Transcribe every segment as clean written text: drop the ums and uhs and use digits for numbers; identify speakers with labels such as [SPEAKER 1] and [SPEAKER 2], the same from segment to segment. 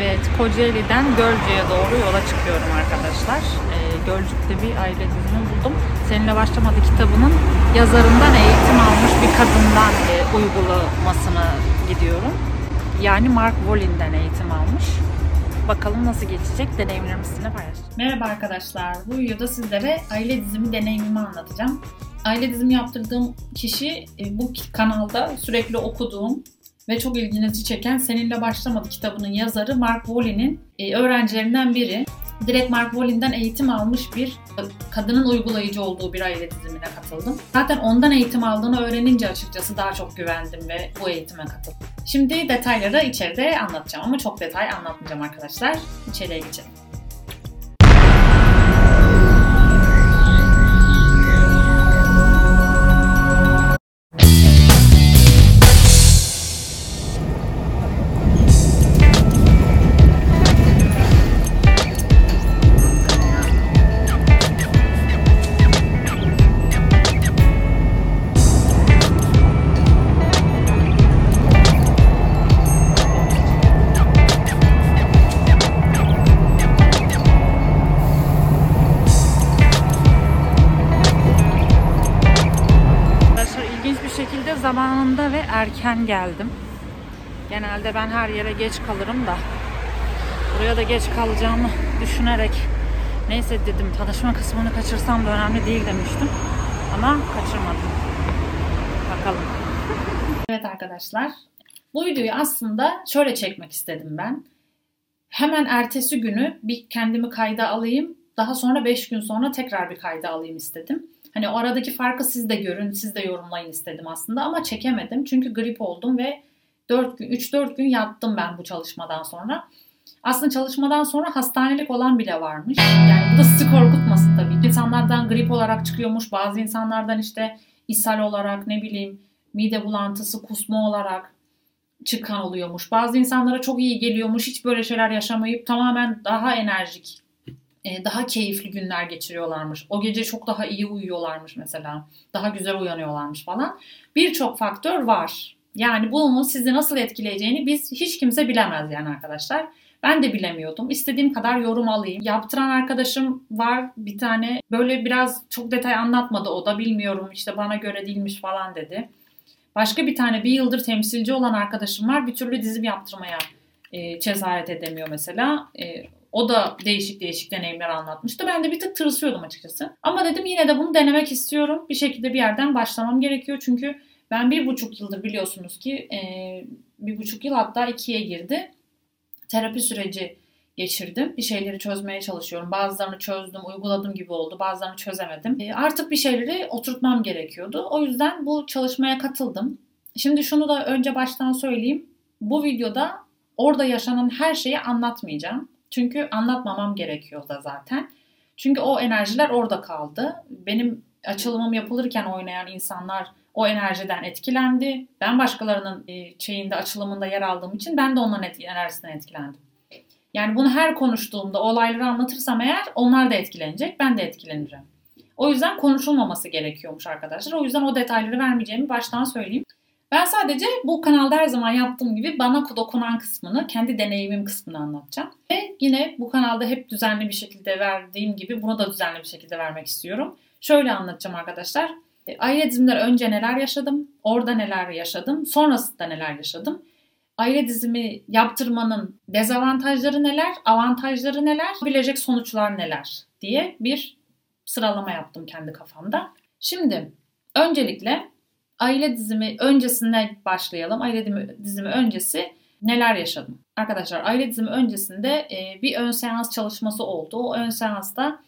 [SPEAKER 1] Evet, Kocaeli'den Gölcük'e doğru yola çıkıyorum arkadaşlar. Gölcük'te bir aile dizimi buldum. Seninle Başlamadı kitabının yazarından eğitim almış bir kadından uygulamasına gidiyorum. Yani Mark Wolyn'den eğitim almış. Bakalım nasıl geçecek, deneyimlerimi sizinle paylaşacağım. Merhaba arkadaşlar, bu videoda sizlere aile dizimi deneyimimi anlatacağım. Aile dizimi yaptırdığım kişi bu kanalda sürekli okuduğum ve çok ilginizi çeken Seninle Başlamadı kitabının yazarı Mark Wolyn'in öğrencilerinden biri. Direkt Mark Wolyn'den eğitim almış bir kadının uygulayıcı olduğu bir aile dizimine katıldım. Zaten ondan eğitim aldığını öğrenince açıkçası daha çok güvendim ve bu eğitime katıldım. Şimdi detayları içeride anlatacağım ama çok detay anlatmayacağım arkadaşlar. İçeriye geçelim. Zamanında ve erken geldim. Genelde ben her yere geç kalırım da buraya da geç kalacağımı düşünerek neyse dedim, tanışma kısmını kaçırsam da önemli değil demiştim. Ama kaçırmadım. Bakalım. Evet arkadaşlar, bu videoyu aslında şöyle çekmek istedim ben. Hemen ertesi günü bir kendimi kayda alayım. Daha sonra 5 gün sonra tekrar bir kayda alayım istedim. Hani o aradaki farkı siz de görün, siz de yorumlayın istedim aslında ama çekemedim. Çünkü grip oldum ve 3-4 gün yattım ben bu çalışmadan sonra. Aslında çalışmadan sonra hastanelik olan bile varmış. Yani bu da sizi korkutmasın tabii. İnsanlardan grip olarak çıkıyormuş, bazı insanlardan işte ishal olarak, ne bileyim mide bulantısı, kusma olarak çıkan oluyormuş. Bazı insanlara çok iyi geliyormuş, hiç böyle şeyler yaşamayıp tamamen daha enerjik, daha keyifli günler geçiriyorlarmış. O gece çok daha iyi uyuyorlarmış mesela. Daha güzel uyanıyorlarmış falan. Birçok faktör var. Yani bunun sizi nasıl etkileyeceğini hiç kimse bilemez yani arkadaşlar. Ben de bilemiyordum. İstediğim kadar yorum alayım. Yaptıran arkadaşım var bir tane. Böyle biraz çok detay anlatmadı o da. Bilmiyorum işte bana göre değilmiş falan dedi. Başka bir tane bir yıldır temsilci olan arkadaşım var. Bir türlü dizim yaptırmaya cesaret edemiyor mesela. O da değişik deneyimler anlatmıştı. Ben de bir tık tırsıyordum açıkçası. Ama dedim yine de bunu denemek istiyorum. Bir şekilde bir yerden başlamam gerekiyor. Çünkü ben 1,5 yıldır biliyorsunuz ki 1,5 yıl hatta 2'ye girdi. Terapi süreci geçirdim. Bir şeyleri çözmeye çalışıyorum. Bazılarını çözdüm, uyguladım gibi oldu. Bazılarını çözemedim. Artık bir şeyleri oturtmam gerekiyordu. O yüzden bu çalışmaya katıldım. Şimdi şunu da önce baştan söyleyeyim. Bu videoda orada yaşanan her şeyi anlatmayacağım. Çünkü anlatmamam gerekiyor da zaten. Çünkü o enerjiler orada kaldı. Benim açılımım yapılırken oynayan insanlar o enerjiden etkilendi. Ben başkalarının açılımında yer aldığım için ben de onların enerjisinden etkilendim. Yani bunu her konuştuğumda olayları anlatırsam eğer onlar da etkilenecek, ben de etkilenirim. O yüzden konuşulmaması gerekiyormuş arkadaşlar. O yüzden o detayları vermeyeceğimi baştan söyleyeyim. Ben sadece bu kanalda her zaman yaptığım gibi bana dokunan kısmını, kendi deneyimim kısmını anlatacağım. Ve yine bu kanalda hep düzenli bir şekilde verdiğim gibi bunu da düzenli bir şekilde vermek istiyorum. Şöyle anlatacağım arkadaşlar. Aile dizimler önce neler yaşadım, orada neler yaşadım, sonrasında neler yaşadım. Aile dizimi yaptırmanın dezavantajları neler, avantajları neler, bilecek sonuçlar neler diye bir sıralama yaptım kendi kafamda. Şimdi öncelikle aile dizimi öncesine başlayalım. Aile dizimi öncesi neler yaşadım? Arkadaşlar aile dizimi öncesinde bir ön seans çalışması oldu. O ön seansta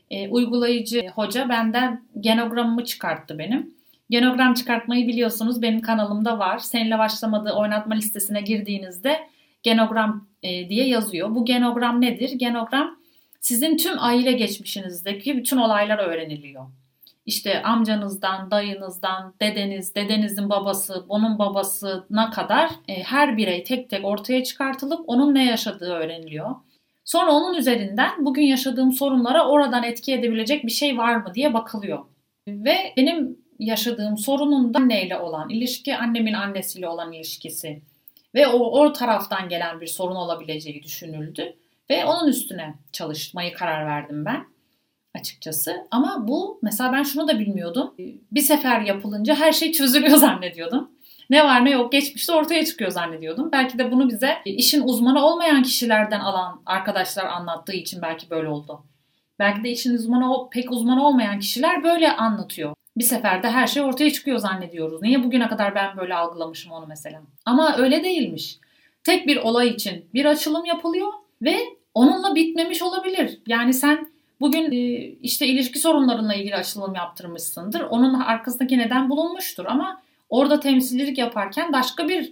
[SPEAKER 1] uygulayıcı hoca benden genogramımı çıkarttı benim. Genogram çıkartmayı biliyorsunuz benim kanalımda var. Seninle Başlamadı oynatma listesine girdiğinizde genogram diye yazıyor. Bu genogram nedir? Genogram sizin tüm aile geçmişinizdeki bütün olaylar öğreniliyor. İşte amcanızdan, dayınızdan, dedenizin babası, bunun babasına kadar her birey tek tek ortaya çıkartılıp onun ne yaşadığı öğreniliyor. Sonra onun üzerinden bugün yaşadığım sorunlara oradan etki edebilecek bir şey var mı diye bakılıyor. Ve benim yaşadığım sorunun da anneyle olan ilişki, annemin annesiyle olan ilişkisi, Ve o taraftan gelen bir sorun olabileceği düşünüldü. Ve onun üstüne çalışmaya karar verdim ben açıkçası. Ama bu mesela ben şunu da bilmiyordum. Bir sefer yapılınca her şey çözülüyor zannediyordum. Ne var ne yok geçmişte ortaya çıkıyor zannediyordum. Belki de bunu bize işin uzmanı olmayan kişilerden alan arkadaşlar anlattığı için belki böyle oldu. Belki de işin uzmanı pek uzman olmayan kişiler böyle anlatıyor. Bir seferde her şey ortaya çıkıyor zannediyoruz. Niye bugüne kadar ben böyle algılamışım onu mesela? Ama öyle değilmiş. Tek bir olay için bir açılım yapılıyor ve onunla bitmemiş olabilir. Yani sen bugün işte ilişki sorunlarınla ilgili açılım yaptırmışsındır. Onun arkasındaki neden bulunmuştur ama orada temsilcilik yaparken başka bir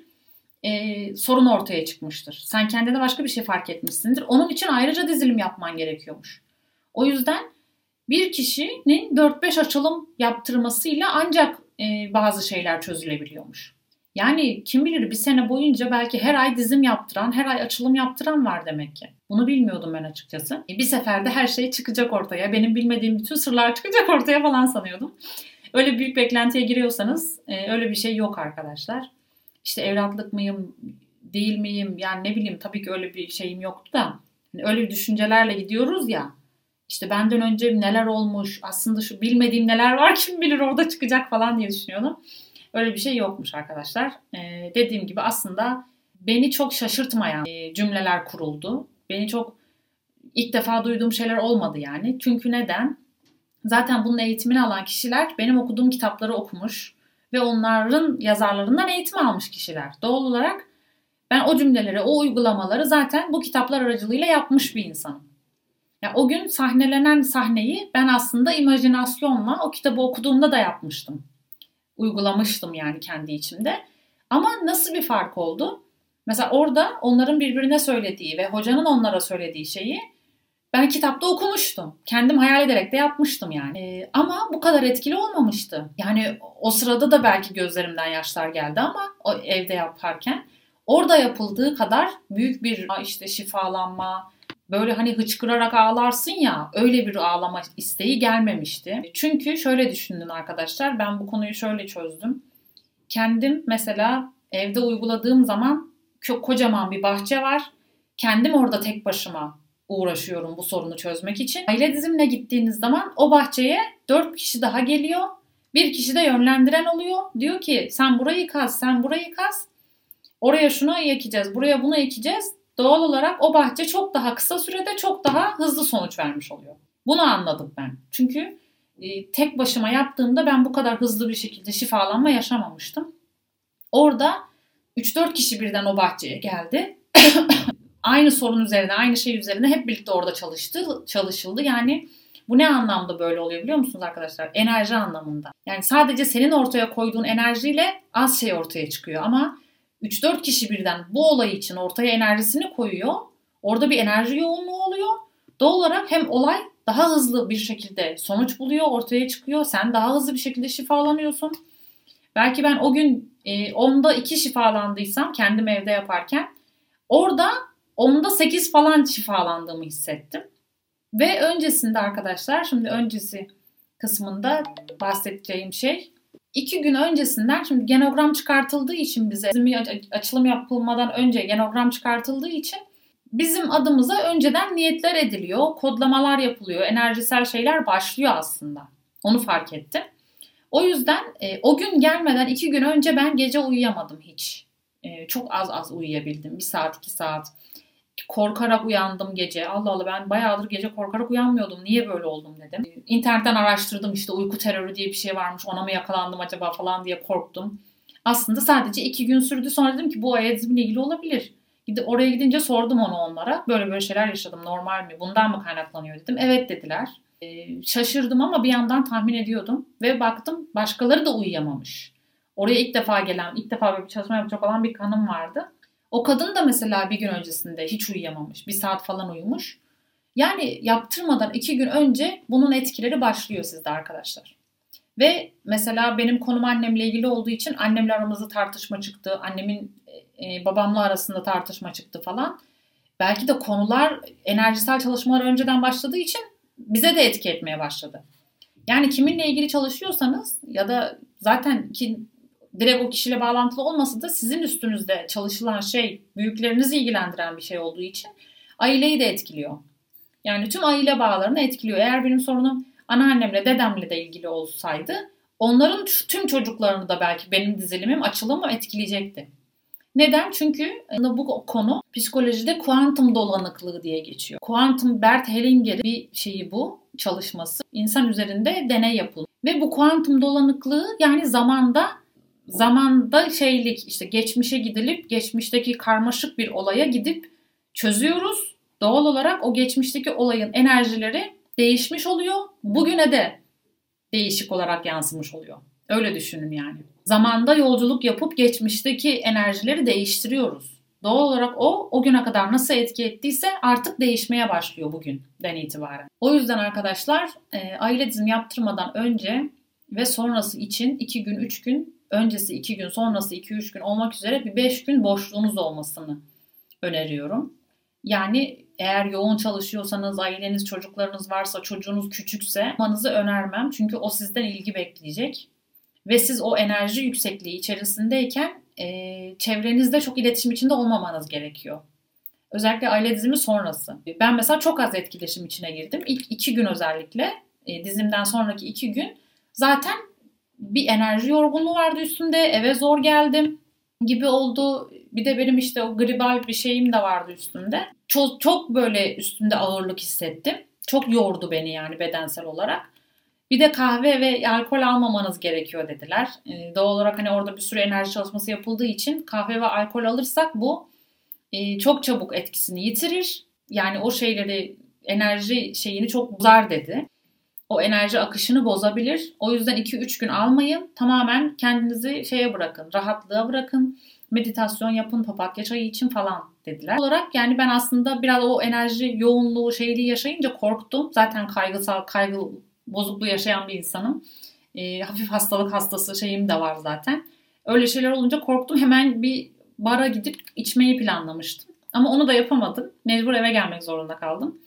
[SPEAKER 1] sorun ortaya çıkmıştır. Sen kendine başka bir şey fark etmişsindir. Onun için ayrıca dizilim yapman gerekiyormuş. O yüzden bir kişinin 4-5 açılım yaptırmasıyla ancak bazı şeyler çözülebiliyormuş. Yani kim bilir bir sene boyunca belki her ay dizim yaptıran, her ay açılım yaptıran var demek ki. Bunu bilmiyordum ben açıkçası. Bir seferde her şey çıkacak ortaya. Benim bilmediğim bütün sırlar çıkacak ortaya falan sanıyordum. Öyle büyük beklentiye giriyorsanız öyle bir şey yok arkadaşlar. İşte evlatlık mıyım, değil miyim? Yani ne bileyim tabii ki öyle bir şeyim yoktu da. Yani öyle düşüncelerle gidiyoruz ya. İşte benden önce neler olmuş, aslında şu bilmediğim neler var kim bilir orada çıkacak falan diye düşünüyordum. Öyle bir şey yokmuş arkadaşlar. Dediğim gibi aslında beni çok şaşırtmayan cümleler kuruldu. Beni çok ilk defa duyduğum şeyler olmadı yani. Çünkü neden? Zaten bunun eğitimini alan kişiler benim okuduğum kitapları okumuş ve onların yazarlarından eğitim almış kişiler. Doğal olarak ben o cümleleri, o uygulamaları zaten bu kitaplar aracılığıyla yapmış bir insanım. Yani o gün sahnelenen sahneyi ben aslında imajinasyonla o kitabı okuduğumda da yapmıştım. Uygulamıştım yani kendi içimde. Ama nasıl bir fark oldu? Mesela orada onların birbirine söylediği ve hocanın onlara söylediği şeyi ben kitapta okumuştum. Kendim hayal ederek de yapmıştım yani. Ama bu kadar etkili olmamıştı. Yani o sırada da belki gözlerimden yaşlar geldi ama o evde yaparken orada yapıldığı kadar büyük bir işte şifalanma, böyle hani hıçkırarak ağlarsın ya öyle bir ağlama isteği gelmemişti. Çünkü şöyle düşündüm arkadaşlar, ben bu konuyu şöyle çözdüm. Kendim mesela evde uyguladığım zaman kocaman bir bahçe var. Kendim orada tek başıma uğraşıyorum bu sorunu çözmek için. Aile dizimle gittiğiniz zaman o bahçeye 4 kişi daha geliyor. Bir kişi de yönlendiren oluyor. Diyor ki sen burayı kaz, sen burayı kaz. Oraya şunu ekeceğiz, buraya bunu ekeceğiz. Doğal olarak o bahçe çok daha kısa sürede çok daha hızlı sonuç vermiş oluyor. Bunu anladım ben. Çünkü tek başıma yaptığımda ben bu kadar hızlı bir şekilde şifalanma yaşamamıştım. Orada 3-4 kişi birden o bahçeye geldi. Aynı sorun üzerine, aynı şey üzerine hep birlikte orada çalışıldı. Yani bu ne anlamda böyle oluyor biliyor musunuz arkadaşlar? Enerji anlamında. Yani sadece senin ortaya koyduğun enerjiyle az şey ortaya çıkıyor ama 3-4 kişi birden bu olay için ortaya enerjisini koyuyor. Orada bir enerji yoğunluğu oluyor. Doğal olarak hem olay daha hızlı bir şekilde sonuç buluyor, ortaya çıkıyor. Sen daha hızlı bir şekilde şifalanıyorsun. Belki ben o gün 10'da 2 şifalandıysam kendim evde yaparken orada 10'da 8 falan şifalandığımı hissettim. Ve öncesinde arkadaşlar, şimdi öncesi kısmında bahsedeceğim şey 2 gün öncesinden, şimdi genogram çıkartıldığı için bize açılım yapılmadan önce genogram çıkartıldığı için bizim adımıza önceden niyetler ediliyor, kodlamalar yapılıyor, enerjisel şeyler başlıyor aslında. Onu fark ettim. O yüzden o gün gelmeden 2 gün önce ben gece uyuyamadım hiç. Çok az uyuyabildim. 1 saat, 2 saat. Korkarak uyandım gece. Allah Allah, ben bayağıdır gece korkarak uyanmıyordum. Niye böyle oldum dedim. İnternetten araştırdım, işte uyku terörü diye bir şey varmış. Ona mı yakalandım acaba falan diye korktum. Aslında sadece 2 gün sürdü. Sonra dedim ki bu ayetizmle ilgili olabilir. Oraya gidince sordum onlara. Böyle şeyler yaşadım, normal mi? Bundan mı kaynaklanıyor dedim. Evet dediler. Şaşırdım ama bir yandan tahmin ediyordum. Ve baktım başkaları da uyuyamamış. Oraya ilk defa böyle bir çalışma yapacak olan bir hanım vardı. O kadın da mesela bir gün öncesinde hiç uyuyamamış. 1 saat falan uyumuş. Yani yaptırmadan 2 gün önce bunun etkileri başlıyor sizde arkadaşlar. Ve mesela benim konum annemle ilgili olduğu için annemle aramızda tartışma çıktı. Annemin babamla arasında tartışma çıktı falan. Belki de konular, enerjisel çalışmalar önceden başladığı için bize de etki etmeye başladı. Yani kiminle ilgili çalışıyorsanız ya da zaten ki direkt o kişiyle bağlantılı olmasa da sizin üstünüzde çalışılan şey büyüklerinizi ilgilendiren bir şey olduğu için aileyi de etkiliyor. Yani tüm aile bağlarını etkiliyor. Eğer benim sorunum anneannemle, dedemle de ilgili olsaydı onların tüm çocuklarını da belki benim dizilimim, açılımım etkileyecekti. Neden? Çünkü bu konu psikolojide kuantum dolanıklığı diye geçiyor. Kuantum Bert Hellinger'in bir şeyi bu, çalışması. İnsan üzerinde deney yapılıyor. Ve bu kuantum dolanıklığı yani zamanda şeylik, işte geçmişe gidilip geçmişteki karmaşık bir olaya gidip çözüyoruz. Doğal olarak o geçmişteki olayın enerjileri değişmiş oluyor. Bugüne de değişik olarak yansımış oluyor. Öyle düşünün yani. Zamanda yolculuk yapıp geçmişteki enerjileri değiştiriyoruz. Doğal olarak o güne kadar nasıl etki ettiyse artık değişmeye başlıyor bugünden itibaren. O yüzden arkadaşlar aile dizimi yaptırmadan önce ve sonrası için 2 gün, 3 gün, öncesi 2 gün, sonrası 2-3 gün olmak üzere bir 5 gün boşluğunuz olmasını öneriyorum. Yani eğer yoğun çalışıyorsanız, aileniz, çocuklarınız varsa, çocuğunuz küçükse yapmanızı önermem. Çünkü o sizden ilgi bekleyecek. Ve siz o enerji yüksekliği içerisindeyken çevrenizde çok iletişim içinde olmamanız gerekiyor. Özellikle aile dizimi sonrası. Ben mesela çok az etkileşim içine girdim. İlk 2 gün özellikle dizimden sonraki 2 gün zaten bir enerji yorgunluğu vardı üstümde. Eve zor geldim gibi oldu. Bir de benim işte o gribal bir şeyim de vardı üstümde. Çok böyle üstümde ağırlık hissettim. Çok yordu beni yani bedensel olarak. Bir de kahve ve alkol almamanız gerekiyor dediler. Doğal olarak hani orada bir sürü enerji çalışması yapıldığı için kahve ve alkol alırsak bu çok çabuk etkisini yitirir. Yani o enerji şeyini çok bozar dedi. O enerji akışını bozabilir. O yüzden 2-3 gün almayın. Tamamen kendinizi şeye bırakın, rahatlığa bırakın. Meditasyon yapın, papatya çayı için falan dediler. Olarak yani ben aslında biraz o enerji yoğunluğu şeyliği yaşayınca korktum. Zaten kaygı bozukluğu yaşayan bir insanım. Hafif hastalık hastası şeyim de var zaten. Öyle şeyler olunca korktum. Hemen bir bara gidip içmeyi planlamıştım. Ama onu da yapamadım. Mecbur eve gelmek zorunda kaldım.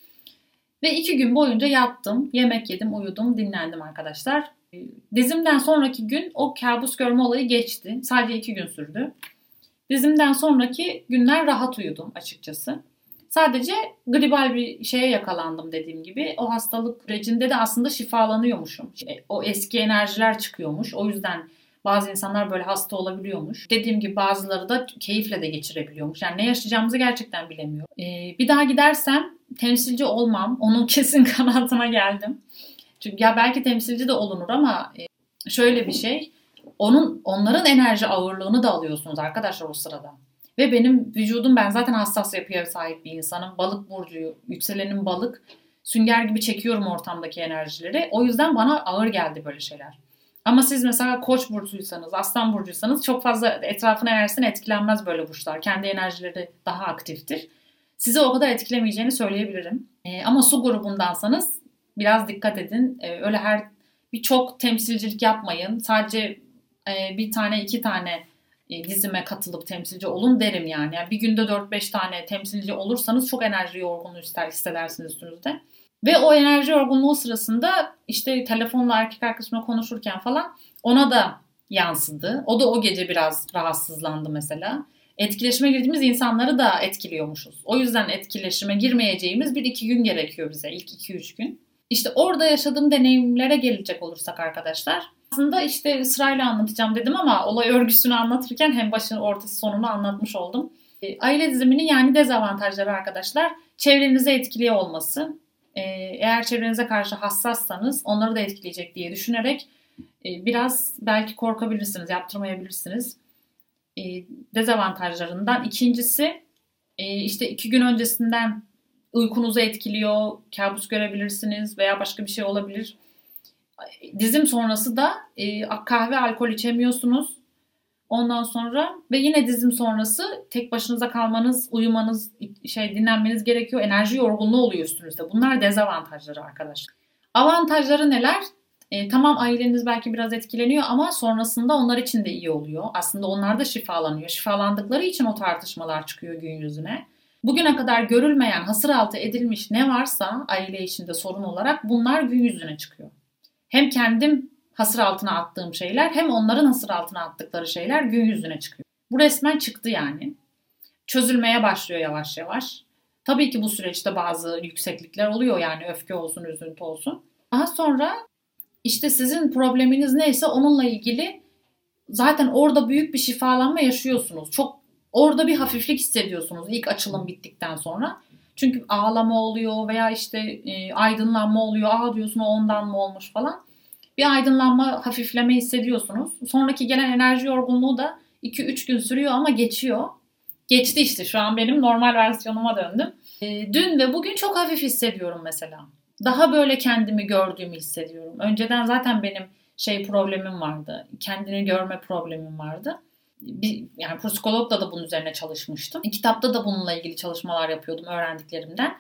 [SPEAKER 1] Ve 2 gün boyunca yattım, yemek yedim, uyudum, dinlendim arkadaşlar. Dizimden sonraki gün o kabus görme olayı geçti. Sadece 2 gün sürdü. Dizimden sonraki günler rahat uyudum açıkçası. Sadece gribal bir şeye yakalandım dediğim gibi. O hastalık sürecinde de aslında şifalanıyormuşum. O eski enerjiler çıkıyormuş. O yüzden bazı insanlar böyle hasta olabiliyormuş. Dediğim gibi bazıları da keyifle de geçirebiliyormuş. Yani ne yaşayacağımızı gerçekten bilemiyorum. Bir daha gidersem temsilci olmam. Onun kesin kanaatine geldim. Çünkü ya belki temsilci de olunur ama şöyle bir şey. Onların enerji ağırlığını da alıyorsunuz arkadaşlar o sırada. Ve benim vücudum, ben zaten hassas yapıya sahip bir insanım. Balık burcu, yükselenim balık. Sünger gibi çekiyorum ortamdaki enerjileri. O yüzden bana ağır geldi böyle şeyler. Ama siz mesela Koç burcuysanız, Aslan burcuysanız çok fazla etrafın enerjisinden etkilenmez böyle burçlar. Kendi enerjileri daha aktiftir. Sizi o kadar etkilemeyeceğini söyleyebilirim. Ama su grubundansanız biraz dikkat edin. Öyle birçok temsilcilik yapmayın. Sadece bir tane 2 tane dizime katılıp temsilci olun derim yani. Yani bir günde 4-5 tane temsilci olursanız çok enerji yorgunluğu hissedersiniz üstünüzde. Ve o enerji yorgunluğu sırasında işte telefonla erkek arkadaşımla konuşurken falan ona da yansıdı. O da o gece biraz rahatsızlandı mesela. Etkileşime girdiğimiz insanları da etkiliyormuşuz. O yüzden etkileşime girmeyeceğimiz 1-2 gün gerekiyor bize. İlk 2-3 gün. İşte orada yaşadığım deneyimlere gelecek olursak arkadaşlar. Aslında işte sırayla anlatacağım dedim ama olay örgüsünü anlatırken hem başını ortası sonunu anlatmış oldum. Aile diziminin yani dezavantajları arkadaşlar. Çevrenize etkili olması. Eğer çevrenize karşı hassassanız onları da etkileyecek diye düşünerek biraz belki korkabilirsiniz, yaptırmayabilirsiniz. Dezavantajlarından. İkincisi işte 2 gün öncesinden uykunuzu etkiliyor, kabus görebilirsiniz veya başka bir şey olabilir. Dizim sonrası da kahve, alkol içemiyorsunuz. Ondan sonra ve yine dizim sonrası tek başınıza kalmanız, uyumanız, dinlenmeniz gerekiyor. Enerji yorgunluğu oluyor üstünüzde. Bunlar dezavantajları arkadaşlar. Avantajları neler? Tamam aileniz belki biraz etkileniyor ama sonrasında onlar için de iyi oluyor. Aslında onlar da şifalanıyor. Şifalandıkları için o tartışmalar çıkıyor gün yüzüne. Bugüne kadar görülmeyen, hasır altı edilmiş ne varsa aile içinde sorun olarak bunlar gün yüzüne çıkıyor. Hem kendim hasır altına attığım şeyler hem onların hasır altına attıkları şeyler gün yüzüne çıkıyor. Bu resmen çıktı yani. Çözülmeye başlıyor yavaş yavaş. Tabii ki bu süreçte bazı yükseklikler oluyor yani öfke olsun, üzüntü olsun. Daha sonra işte sizin probleminiz neyse onunla ilgili zaten orada büyük bir şifalanma yaşıyorsunuz. Çok orada bir hafiflik hissediyorsunuz ilk açılım bittikten sonra. Çünkü ağlama oluyor veya işte aydınlanma oluyor. Aa diyorsun o ondan mı olmuş falan. Bir aydınlanma, hafifleme hissediyorsunuz. Sonraki gelen enerji yorgunluğu da 2-3 gün sürüyor ama geçiyor. Geçti işte şu an benim normal versiyonuma döndüm. Dün ve bugün çok hafif hissediyorum mesela. Daha böyle kendimi gördüğümü hissediyorum. Önceden zaten benim problemim vardı. Kendini görme problemim vardı. Yani psikologla da bunun üzerine çalışmıştım. Kitapta da bununla ilgili çalışmalar yapıyordum öğrendiklerimden.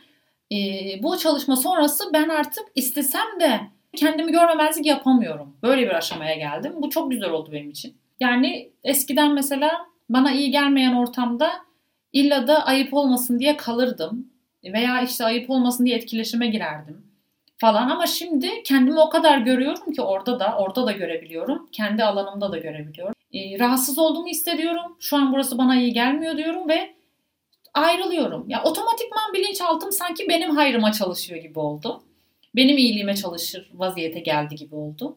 [SPEAKER 1] Bu çalışma sonrası ben artık istesem de kendimi görmemezlik yapamıyorum. Böyle bir aşamaya geldim. Bu çok güzel oldu benim için. Yani eskiden mesela bana iyi gelmeyen ortamda illa da ayıp olmasın diye kalırdım. Veya işte ayıp olmasın diye etkileşime girerdim falan. Ama şimdi kendimi o kadar görüyorum ki orada da görebiliyorum. Kendi alanımda da görebiliyorum. Rahatsız olduğumu hissediyorum. Şu an burası bana iyi gelmiyor diyorum ve ayrılıyorum. Ya otomatikman bilinçaltım sanki benim hayrıma çalışıyor gibi oldu. Benim iyiliğime çalışır vaziyete geldi gibi oldu.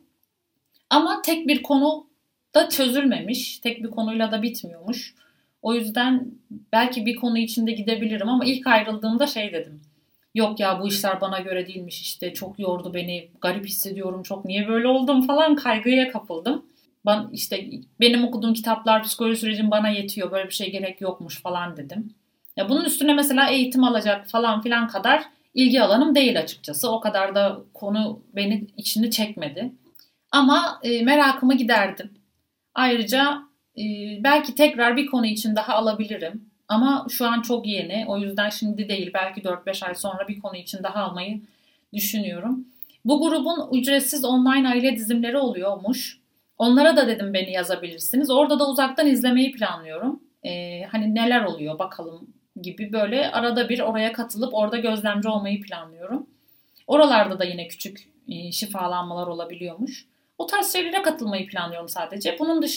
[SPEAKER 1] Ama tek bir konu da çözülmemiş. Tek bir konuyla da bitmiyormuş. O yüzden belki bir konu içinde gidebilirim ama ilk ayrıldığımda dedim. Yok ya bu işler bana göre değilmiş işte çok yordu beni, garip hissediyorum çok niye böyle oldum falan kaygıya kapıldım. Benim okuduğum kitaplar psikoloji sürecim bana yetiyor böyle bir şey gerek yokmuş falan dedim. Ya bunun üstüne mesela eğitim alacak falan filan kadar ilgi alanım değil açıkçası. O kadar da konu beni içini çekmedi. Ama merakımı giderdim. Ayrıca belki tekrar bir konu için daha alabilirim. Ama şu an çok yeni. O yüzden şimdi değil. Belki 4-5 ay sonra bir konu için daha almayı düşünüyorum. Bu grubun ücretsiz online aile dizimleri oluyormuş. Onlara da dedim beni yazabilirsiniz. Orada da uzaktan izlemeyi planlıyorum. Hani neler oluyor bakalım gibi böyle arada bir oraya katılıp orada gözlemci olmayı planlıyorum. Oralarda da yine küçük şifalanmalar olabiliyormuş. O tarz şeylere katılmayı planlıyorum sadece.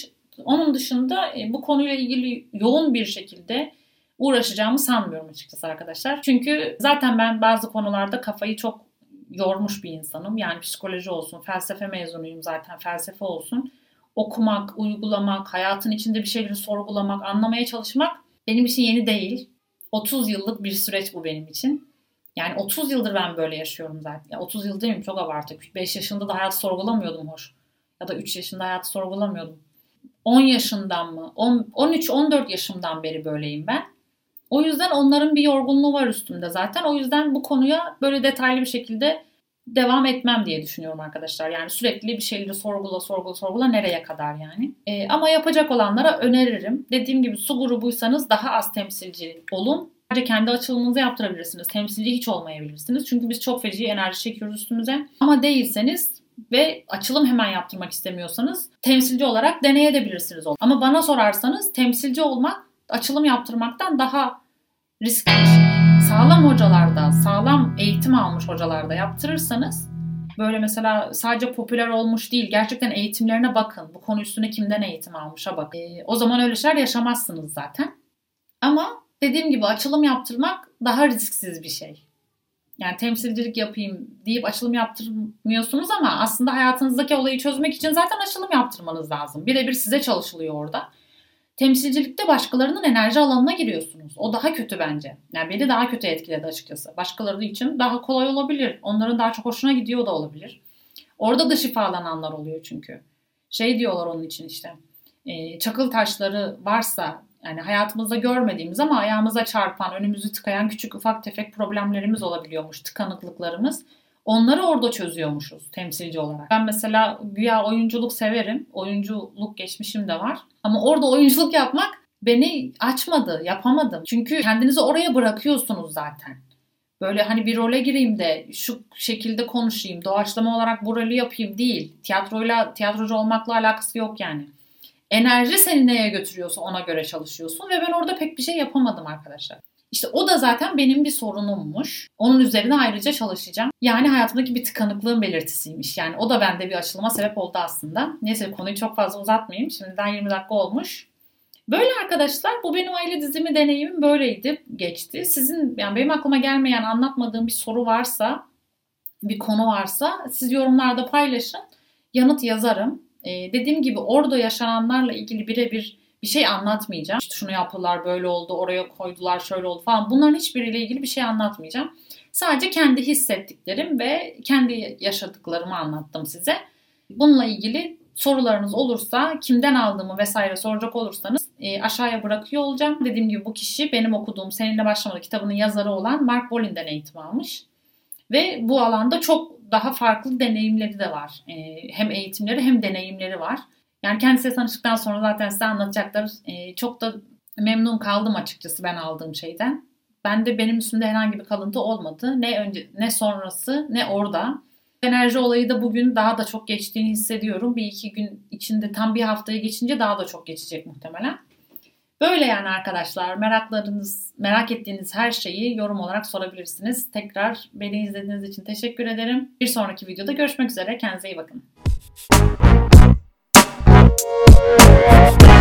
[SPEAKER 1] Onun dışında bu konuyla ilgili yoğun bir şekilde uğraşacağımı sanmıyorum açıkçası arkadaşlar. Çünkü zaten ben bazı konularda kafayı çok yormuş bir insanım. Yani psikoloji olsun, felsefe mezunuyum zaten, felsefe olsun. Okumak, uygulamak, hayatın içinde bir şeyleri sorgulamak, anlamaya çalışmak benim için yeni değil. 30 yıllık bir süreç bu benim için. Yani 30 yıldır ben böyle yaşıyorum zaten. Ya 30 yıl değil mi? Çok abartı. 5 yaşında da hayatı sorgulamıyordum hoş. Ya da 3 yaşında hayatı sorgulamıyordum. 10 yaşından mı? 13-14 yaşımdan beri böyleyim ben. O yüzden onların bir yorgunluğu var üstümde zaten. O yüzden bu konuya böyle detaylı bir şekilde devam etmem diye düşünüyorum arkadaşlar. Yani sürekli bir şeyleri sorgula nereye kadar yani. Ama yapacak olanlara öneririm. Dediğim gibi su grubuysanız daha az temsilci olun. Sadece kendi açılımınızı yaptırabilirsiniz. Temsilci hiç olmayabilirsiniz. Çünkü biz çok feci enerji çekiyoruz üstümüze. Ama değilseniz ve açılım hemen yaptırmak istemiyorsanız temsilci olarak deneyebilirsiniz. Ama bana sorarsanız temsilci olmak açılım yaptırmaktan daha riskli bir şey. Sağlam hocalarda, sağlam eğitim almış hocalarda yaptırırsanız böyle mesela sadece popüler olmuş değil gerçekten eğitimlerine bakın. Bu konu üstüne kimden eğitim almışa bakın. O zaman öyle şeyler yaşamazsınız zaten. Ama dediğim gibi açılım yaptırmak daha risksiz bir şey. Yani temsilcilik yapayım deyip açılım yaptırmıyorsunuz ama aslında hayatınızdaki olayı çözmek için zaten açılım yaptırmanız lazım. Birebir size çalışılıyor orada. Temsilcilikte başkalarının enerji alanına giriyorsunuz. O daha kötü bence. Yani beni daha kötü etkiledi açıkçası. Başkaları için daha kolay olabilir. Onların daha çok hoşuna gidiyor da olabilir. Orada da şifalananlar oluyor çünkü. Diyorlar onun için işte. Çakıl taşları varsa yani hayatımızda görmediğimiz ama ayağımıza çarpan, önümüzü tıkayan küçük ufak tefek problemlerimiz olabiliyormuş. Tıkanıklıklarımız. Onları orada çözüyormuşuz temsilci olarak. Ben mesela güya oyunculuk severim. Oyunculuk geçmişim de var. Ama orada oyunculuk yapmak beni açmadı. Yapamadım. Çünkü kendinizi oraya bırakıyorsunuz zaten. Böyle hani bir role gireyim de şu şekilde konuşayım. Doğaçlama olarak bu rolü yapayım değil. Tiyatrocu olmakla alakası yok yani. Enerji seni neye götürüyorsa ona göre çalışıyorsun. Ve ben orada pek bir şey yapamadım arkadaşlar.
[SPEAKER 2] İşte o da zaten benim bir sorunummuş. Onun üzerine ayrıca çalışacağım. Yani hayatımdaki bir tıkanıklığın belirtisiymiş. Yani o da bende bir açılıma sebep oldu aslında. Neyse konuyu çok fazla uzatmayayım. Şimdiden 20 dakika olmuş. Böyle arkadaşlar, bu benim aile dizimi deneyimim böyleydi, geçti. Sizin yani benim aklıma gelmeyen, anlatmadığım bir soru varsa, bir konu varsa siz yorumlarda paylaşın. Yanıt yazarım. Dediğim gibi orada yaşananlarla ilgili birebir bir şey anlatmayacağım. İşte şunu yaptılar, böyle oldu, oraya koydular, şöyle oldu falan. Bunların hiçbiriyle ilgili bir şey anlatmayacağım. Sadece kendi hissettiklerim ve kendi yaşadıklarımı anlattım size. Bununla ilgili sorularınız olursa, kimden aldığımı vesaire soracak olursanız aşağıya bırakıyor olacağım. Dediğim gibi bu kişi benim okuduğum Seninle Başlamadı kitabının yazarı olan Mark Bolin'den eğitim almış. Ve bu alanda çok daha farklı deneyimleri de var. Hem eğitimleri hem deneyimleri var. Yani kendisiyle tanıştıktan sonra zaten size anlatacaklar. Çok da memnun kaldım açıkçası ben aldığım şeyden. Benim üstümde herhangi bir kalıntı olmadı. Ne önce, ne sonrası, ne orada. Enerji olayı da bugün daha da çok geçtiğini hissediyorum. Bir iki gün içinde, tam bir haftayı geçince daha da çok geçecek muhtemelen. Böyle yani arkadaşlar, merak ettiğiniz her şeyi yorum olarak sorabilirsiniz. Tekrar beni izlediğiniz için teşekkür ederim. Bir sonraki videoda görüşmek üzere. Kendinize iyi bakın.